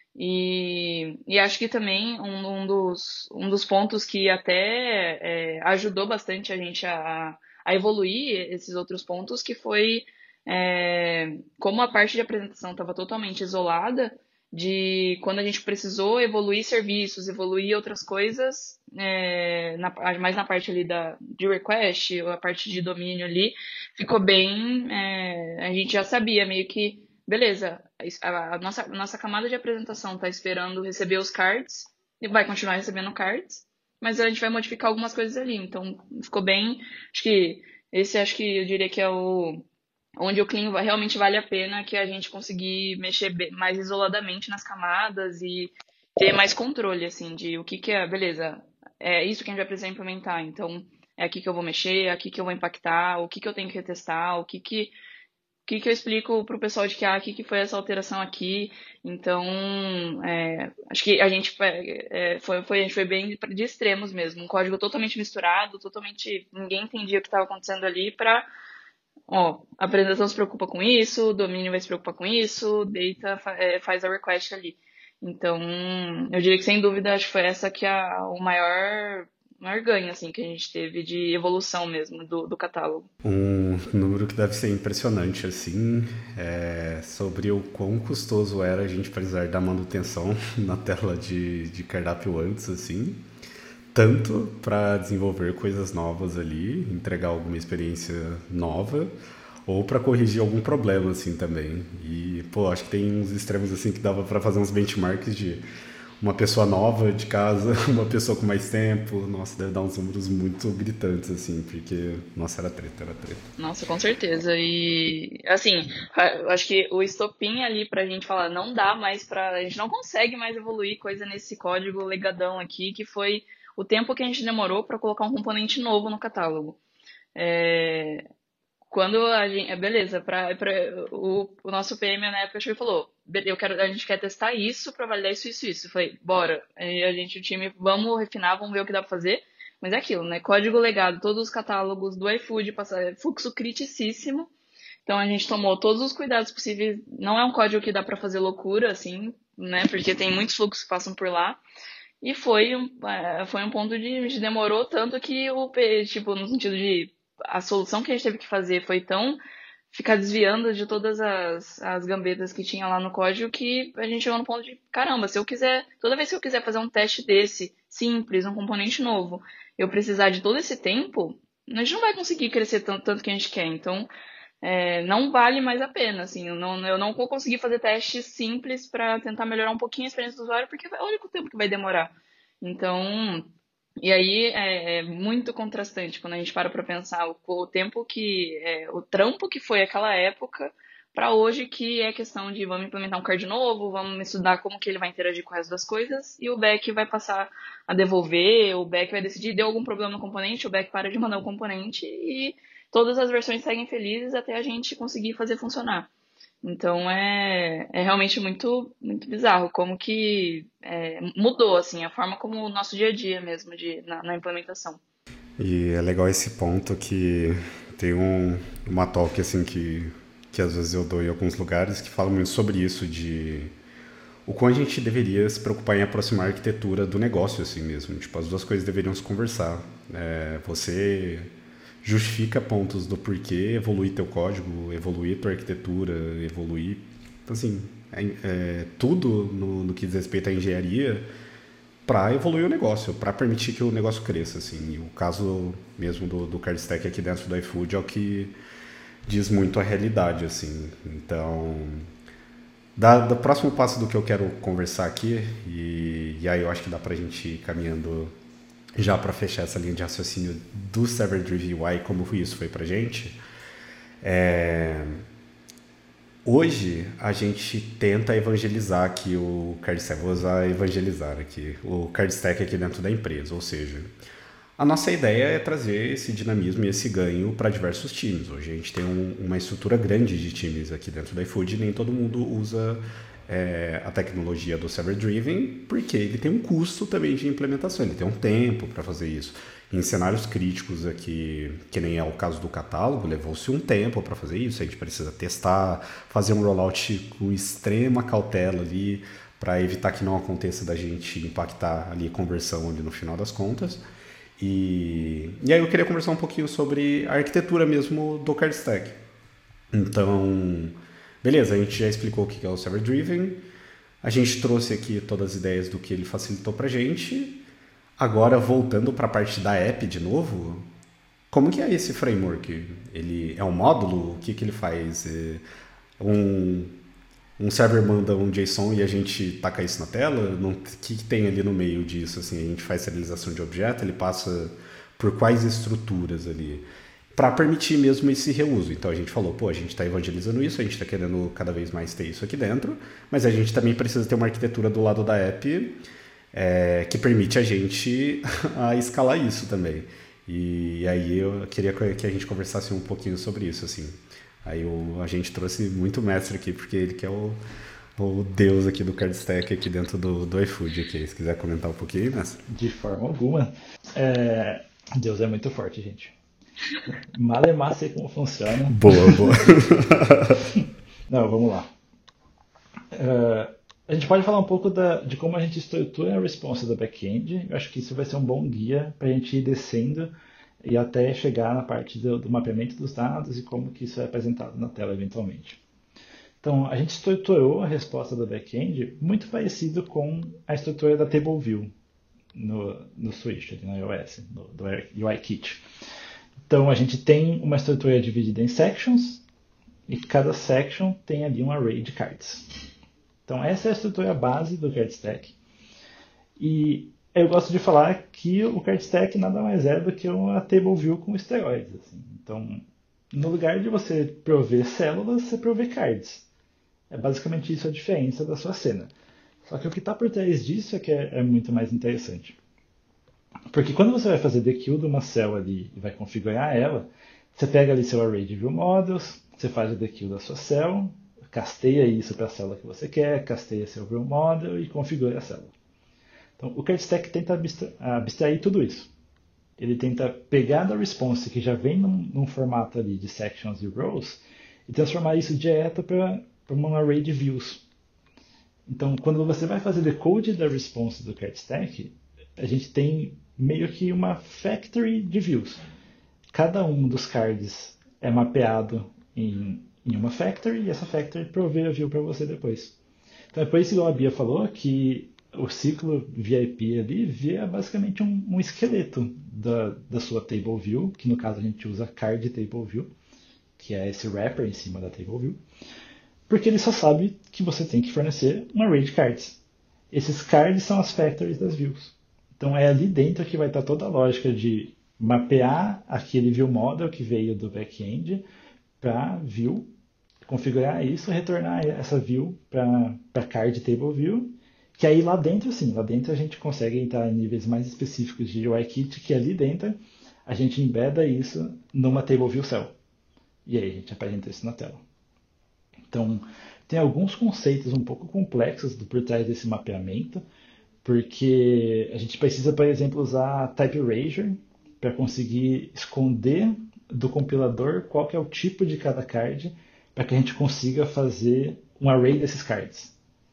E acho que também um dos pontos que até ajudou bastante a gente a evoluir esses outros pontos, que foi como a parte de apresentação estava totalmente isolada, de quando a gente precisou evoluir serviços, evoluir outras coisas, mais na parte ali de request, ou a parte de domínio ali, ficou bem, a gente já sabia meio que, beleza, a nossa camada de apresentação está esperando receber os cards, e vai continuar recebendo cards, mas a gente vai modificar algumas coisas ali, então ficou bem, acho que eu diria que é onde o clean realmente vale a pena, que a gente conseguir mexer mais isoladamente nas camadas e ter mais controle, assim, de o que é, beleza, é isso que a gente vai precisar implementar, então é aqui que eu vou mexer, é aqui que eu vou impactar, o que eu tenho que retestar, o que eu explico pro pessoal de que, aqui que foi essa alteração aqui, então, acho que a gente a gente foi bem de extremos mesmo, um código totalmente misturado, ninguém entendia o que estava acontecendo ali pra a apresentação se preocupa com isso, o domínio vai se preocupar com isso, o data faz a request ali. Então, eu diria que sem dúvida, acho que foi essa que é o maior ganho, assim, que a gente teve de evolução mesmo do catálogo. Um número que deve ser impressionante, assim, sobre o quão custoso era a gente precisar da manutenção na tela de cardápio antes, assim. Tanto para desenvolver coisas novas ali, entregar alguma experiência nova, ou para corrigir algum problema, assim, também. E, acho que tem uns extremos, assim, que dava para fazer uns benchmarks de uma pessoa nova de casa, uma pessoa com mais tempo. Nossa, deve dar uns números muito gritantes, assim, porque, nossa, era treta. Nossa, com certeza. E, assim, eu acho que o estopim ali pra gente falar, não dá mais a gente não consegue mais evoluir coisa nesse código legadão aqui, que foi o tempo que a gente demorou para colocar um componente novo no catálogo. Quando a gente. Beleza, o nosso PM na época chegou e falou: a gente quer testar isso para validar isso. Eu falei: bora. Aí o time, vamos refinar, vamos ver o que dá para fazer. Mas é aquilo, né? Código legado, todos os catálogos do iFood, fluxo criticíssimo. Então a gente tomou todos os cuidados possíveis. Não é um código que dá para fazer loucura, assim, né? Porque tem muitos fluxos que passam por lá. E foi um ponto de demorou tanto que no sentido de a solução que a gente teve que fazer foi tão ficar desviando de todas as gambetas que tinha lá no código que a gente chegou no ponto de, caramba, toda vez que eu quiser fazer um teste desse, simples, um componente novo, eu precisar de todo esse tempo, a gente não vai conseguir crescer tanto que a gente quer. Então, não vale mais a pena, assim, eu não vou conseguir fazer testes simples para tentar melhorar um pouquinho a experiência do usuário, porque é o único tempo que vai demorar. Então, e aí é muito contrastante quando a gente para pensar o tempo o trampo que foi aquela época para hoje, que é questão de vamos implementar um card novo, vamos estudar como que ele vai interagir com o resto das coisas, e o back vai passar a devolver, o back vai decidir, deu algum problema no componente, o back para de mandar o componente e todas as versões seguem felizes até a gente conseguir fazer funcionar. Então é realmente muito, muito bizarro como que mudou assim, a forma como o nosso dia a dia mesmo na implementação. E é legal esse ponto que tem uma talk assim que às vezes eu dou em alguns lugares que fala muito sobre isso, de o quão a gente deveria se preocupar em aproximar a arquitetura do negócio assim mesmo. Tipo, as duas coisas deveriam se conversar. Você justifica pontos do porquê evoluir teu código, evoluir tua arquitetura, evoluir, assim, tudo no que diz respeito à engenharia para evoluir o negócio, para permitir que o negócio cresça, assim. E o caso mesmo do card stack aqui dentro do iFood é o que diz muito a realidade, assim. Então, do próximo passo do que eu quero conversar aqui, e aí eu acho que dá pra gente ir caminhando já para fechar essa linha de raciocínio do Server Driven UI, como isso foi pra gente. Hoje a gente tenta evangelizar aqui o card stack, vou usar evangelizar aqui, o card stack aqui dentro da empresa, ou seja, a nossa ideia é trazer esse dinamismo e esse ganho para diversos times. Hoje a gente tem uma estrutura grande de times aqui dentro da iFood, nem todo mundo usa a tecnologia do Server Driven, porque ele tem um custo também de implementação, ele tem um tempo para fazer isso. em cenários críticos aqui, que nem é o caso do catálogo, levou-se um tempo para fazer isso. A gente precisa testar, fazer um rollout com extrema cautela ali, para evitar que não aconteça da gente impactar ali a conversão ali no final das contas. E aí eu queria conversar um pouquinho sobre a arquitetura mesmo do card stack. Então, beleza, a gente já explicou o que é o Server Driven, a gente trouxe aqui todas as ideias do que ele facilitou pra gente. Agora, voltando para a parte da app de novo, como que é esse framework? Ele é um módulo? O que ele faz? Um server manda um JSON e a gente taca isso na tela? O que tem ali no meio disso? Assim, a gente faz serialização de objeto, ele passa por quais estruturas ali? Para permitir mesmo esse reuso. Então a gente falou, a gente está evangelizando isso, a gente está querendo cada vez mais ter isso aqui dentro, mas a gente também precisa ter uma arquitetura do lado da app que permite a gente a escalar isso também. E aí eu queria que a gente conversasse um pouquinho sobre isso, assim. Aí a gente trouxe muito mestre aqui, porque ele que é o deus aqui do card stack aqui dentro do iFood. Aqui. Se quiser comentar um pouquinho, mestre. De forma alguma. Deus é muito forte, gente. Malemar sei como funciona. Boa. Não, vamos lá. A gente pode falar um pouco de como a gente estrutura a response do back-end. Eu acho que isso vai ser um bom guia para a gente ir descendo e até chegar na parte do mapeamento dos dados e como que isso é apresentado na tela eventualmente. Então, a gente estruturou a resposta do back-end muito parecido com a estrutura da Table View no Switch, no iOS, do UIKit. Então, a gente tem uma estrutura dividida em sections e cada section tem ali um array de cards. Então, essa é a estrutura base do card stack. E eu gosto de falar que o card stack nada mais é do que uma table view com esteroides. Assim. Então, no lugar de você prover células, você provê cards. É basicamente isso a diferença da sua cena. Só que o que está por trás disso é que é muito mais interessante. Porque quando você vai fazer dequeue de uma célula ali e vai configurar ela, você pega ali seu array de view models, você faz o dequeue da sua célula, casteia isso para a célula que você quer, casteia seu view model e configura a célula. Então, o card stack tenta abstrair tudo isso. Ele tenta pegar da response que já vem num formato ali de sections e rows e transformar isso direto para um array de views. Então, quando você vai fazer decode da response do card stack, a gente tem meio que uma factory de views. Cada um dos cards é mapeado em uma factory e essa factory provê a view para você depois. Então é por isso que a Bia falou que o ciclo VIP ali via basicamente um esqueleto da sua table view, que no caso a gente usa card table view, que é esse wrapper em cima da table view, porque ele só sabe que você tem que fornecer um array de cards. Esses cards são as factories das views. Então é ali dentro que vai estar toda a lógica de mapear aquele view model que veio do back-end para view, configurar isso, retornar essa view para card table view, que aí lá dentro, sim, lá dentro a gente consegue entrar em níveis mais específicos de UIKit, que ali dentro a gente embeda isso numa table view cell. E aí a gente apresenta isso na tela. Então, tem alguns conceitos um pouco complexos por trás desse mapeamento, porque a gente precisa, por exemplo, usar type erasure para conseguir esconder do compilador qual que é o tipo de cada card, para que a gente consiga fazer um array desses cards.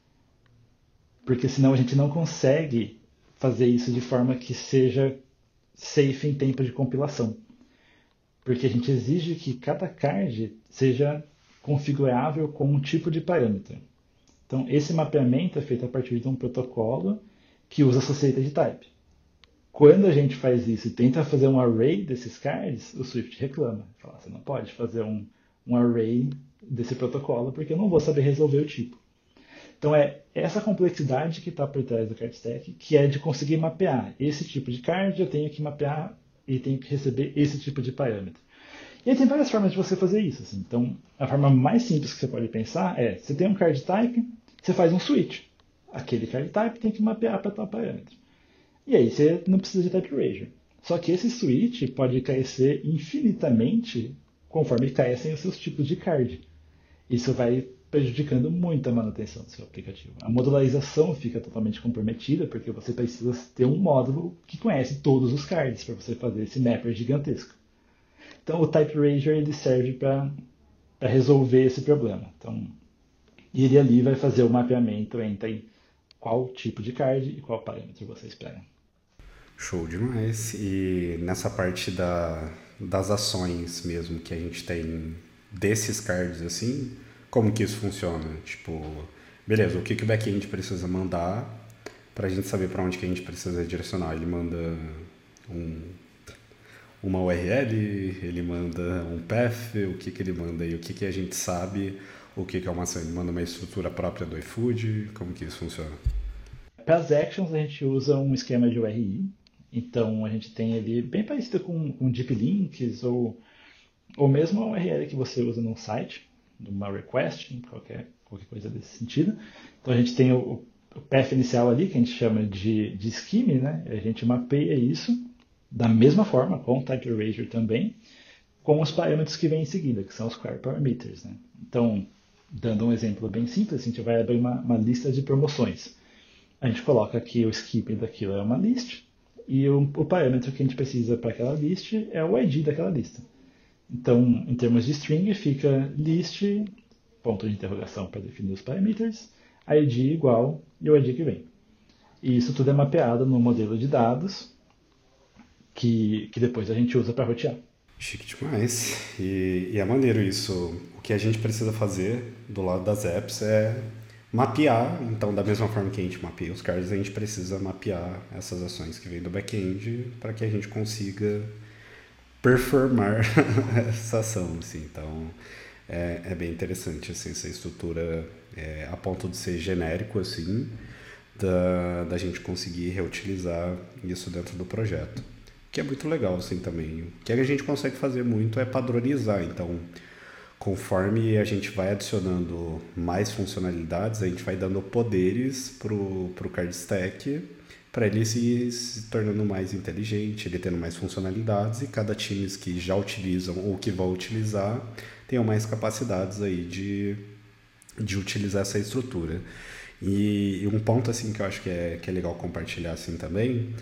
Porque senão a gente não consegue fazer isso de forma que seja safe em tempo de compilação. Porque a gente exige que cada card seja configurável com um tipo de parâmetro. Então, esse mapeamento é feito a partir de um protocolo que usa Associated Type. Quando a gente faz isso e tenta fazer um array desses cards, o Swift reclama. Fala, você não pode fazer um array desse protocolo porque eu não vou saber resolver o tipo. Então, é essa complexidade que está por trás do card stack, que é de conseguir mapear esse tipo de card, eu tenho que mapear e tenho que receber esse tipo de parâmetro. E aí tem várias formas de você fazer isso. Assim. Então, a forma mais simples que você pode pensar é, você tem um card type, você faz um switch. Aquele card type tem que mapear para tal parâmetro. E aí você não precisa de type erasure. Só que esse switch pode crescer infinitamente conforme crescem os seus tipos de card. Isso vai prejudicando muito a manutenção do seu aplicativo. A modularização fica totalmente comprometida, porque você precisa ter um módulo que conhece todos os cards para você fazer esse mapper gigantesco. Então o Type Erasure ele serve para resolver esse problema. Então, e ele ali vai fazer o mapeamento entre qual tipo de card e qual parâmetro você espera. Show demais. E nessa parte das ações mesmo que a gente tem desses cards, assim, como que isso funciona? Tipo, beleza, o que o back-end precisa mandar para a gente saber para onde que a gente precisa direcionar? Ele manda uma URL, ele manda um path, o que ele manda e o que a gente sabe, o que é uma ação? Ele manda uma estrutura própria do iFood, como que isso funciona? Para as actions a gente usa um esquema de URI, então a gente tem ali bem parecido com deep links ou mesmo a URL que você usa num site, numa request, qualquer coisa desse sentido. Então a gente tem o path inicial ali, que a gente chama de scheme, né? A gente mapeia isso da mesma forma, com o Type Erasure também, com os parâmetros que vêm em seguida, que são os Query Parameters, né? Então, dando um exemplo bem simples, a gente vai abrir uma lista de promoções. A gente coloca aqui o scheme daquilo é uma list, e o parâmetro que a gente precisa para aquela list é o ID daquela lista. Então, em termos de string, fica list, ponto de interrogação para definir os parameters, ID igual e o ID que vem. E isso tudo é mapeado no modelo de dados, que depois a gente usa para rotear. Chique demais. E é maneiro isso. O que a gente precisa fazer do lado das apps é mapear. Então, da mesma forma que a gente mapeia os cards, a gente precisa mapear essas ações que vêm do back-end para que a gente consiga performar essa ação. Assim. Então, é bem interessante assim, essa estrutura a ponto de ser genérico, assim, da gente conseguir reutilizar isso dentro do projeto. Que é muito legal, assim, também. O que a gente consegue fazer muito é padronizar. Então, conforme a gente vai adicionando mais funcionalidades, a gente vai dando poderes pro card stack para ele se tornando mais inteligente, ele tendo mais funcionalidades, e cada time que já utilizam ou que vão utilizar tenham mais capacidades aí de utilizar essa estrutura. E um ponto assim que eu acho que é legal compartilhar assim também,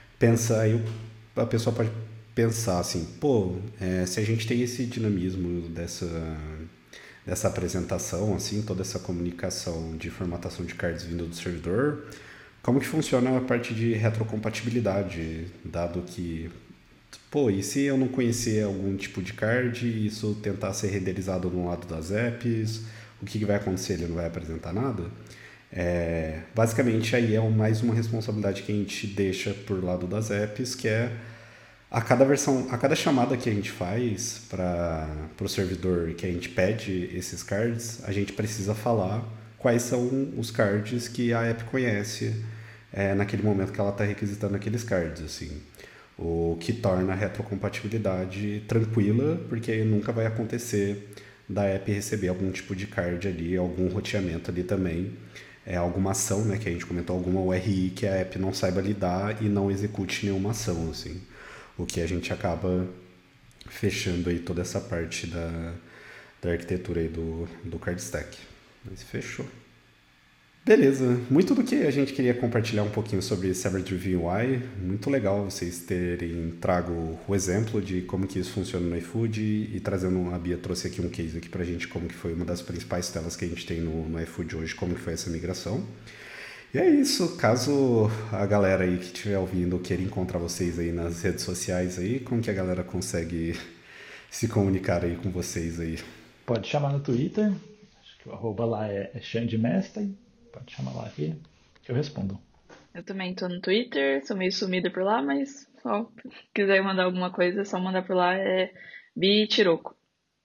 a pessoa pode pensar assim, se a gente tem esse dinamismo dessa apresentação, assim, toda essa comunicação de formatação de cards vindo do servidor, como que funciona a parte de retrocompatibilidade, dado que, e se eu não conhecer algum tipo de card e isso tentar ser renderizado no lado das apps, o que vai acontecer? Ele não vai apresentar nada? Basicamente aí é mais uma responsabilidade que a gente deixa por lado das apps, que é a cada chamada que a gente faz para o servidor, que a gente pede esses cards, a gente precisa falar quais são os cards que a app conhece naquele momento que ela está requisitando aqueles cards, assim. O que torna a retrocompatibilidade tranquila, porque aí nunca vai acontecer da app receber algum tipo de card ali, algum roteamento ali também, alguma ação, né, que a gente comentou, alguma URI que a app não saiba lidar e não execute nenhuma ação, assim. O que a gente acaba fechando aí toda essa parte da arquitetura aí do card stack. Mas fechou. Beleza, muito do que a gente queria compartilhar um pouquinho sobre Server-Driven UI. Muito legal vocês terem trago o exemplo de como que isso funciona no iFood e trazendo, a Bia trouxe aqui um case aqui pra gente, como que foi uma das principais telas que a gente tem no iFood hoje, como que foi essa migração. E é isso, caso a galera aí que estiver ouvindo queira encontrar vocês aí nas redes sociais aí, como que a galera consegue se comunicar aí com vocês aí? Pode chamar no Twitter, acho que o arroba lá é Xandimester, pode chamar lá que eu respondo. Eu também tô no Twitter, sou meio sumida por lá, mas só se quiser mandar alguma coisa, é só mandar por lá, é Bitiroco.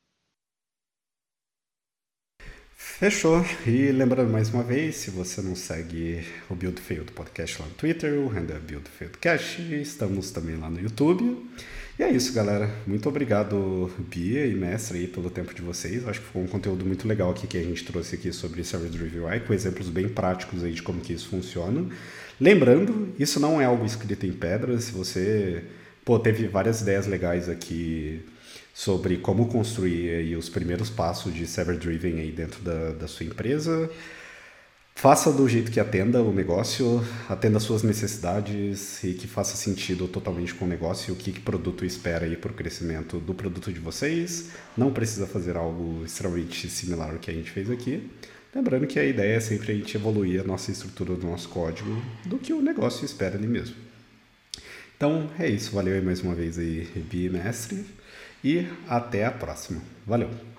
Fechou. E lembrando mais uma vez, se você não segue o Build Failed Podcast lá no Twitter, o handle é Build Failed Cast, estamos também lá no YouTube. E é isso, galera. Muito obrigado, Bia e Mestre, aí, pelo tempo de vocês. Acho que foi um conteúdo muito legal aqui que a gente trouxe aqui sobre Server-Driven UI, com exemplos bem práticos aí de como que isso funciona. Lembrando, isso não é algo escrito em pedra. Se você pô, teve várias ideias legais aqui sobre como construir aí os primeiros passos de Server Driven aí dentro da sua empresa. Faça do jeito que atenda o negócio, atenda as suas necessidades e que faça sentido totalmente com o negócio e o que produto espera aí para o crescimento do produto de vocês. Não precisa fazer algo extremamente similar ao que a gente fez aqui. Lembrando que a ideia é sempre a gente evoluir a nossa estrutura do nosso código do que o negócio espera ali mesmo. Então é isso, valeu aí mais uma vez aí, Bi, mestre, e até a próxima. Valeu!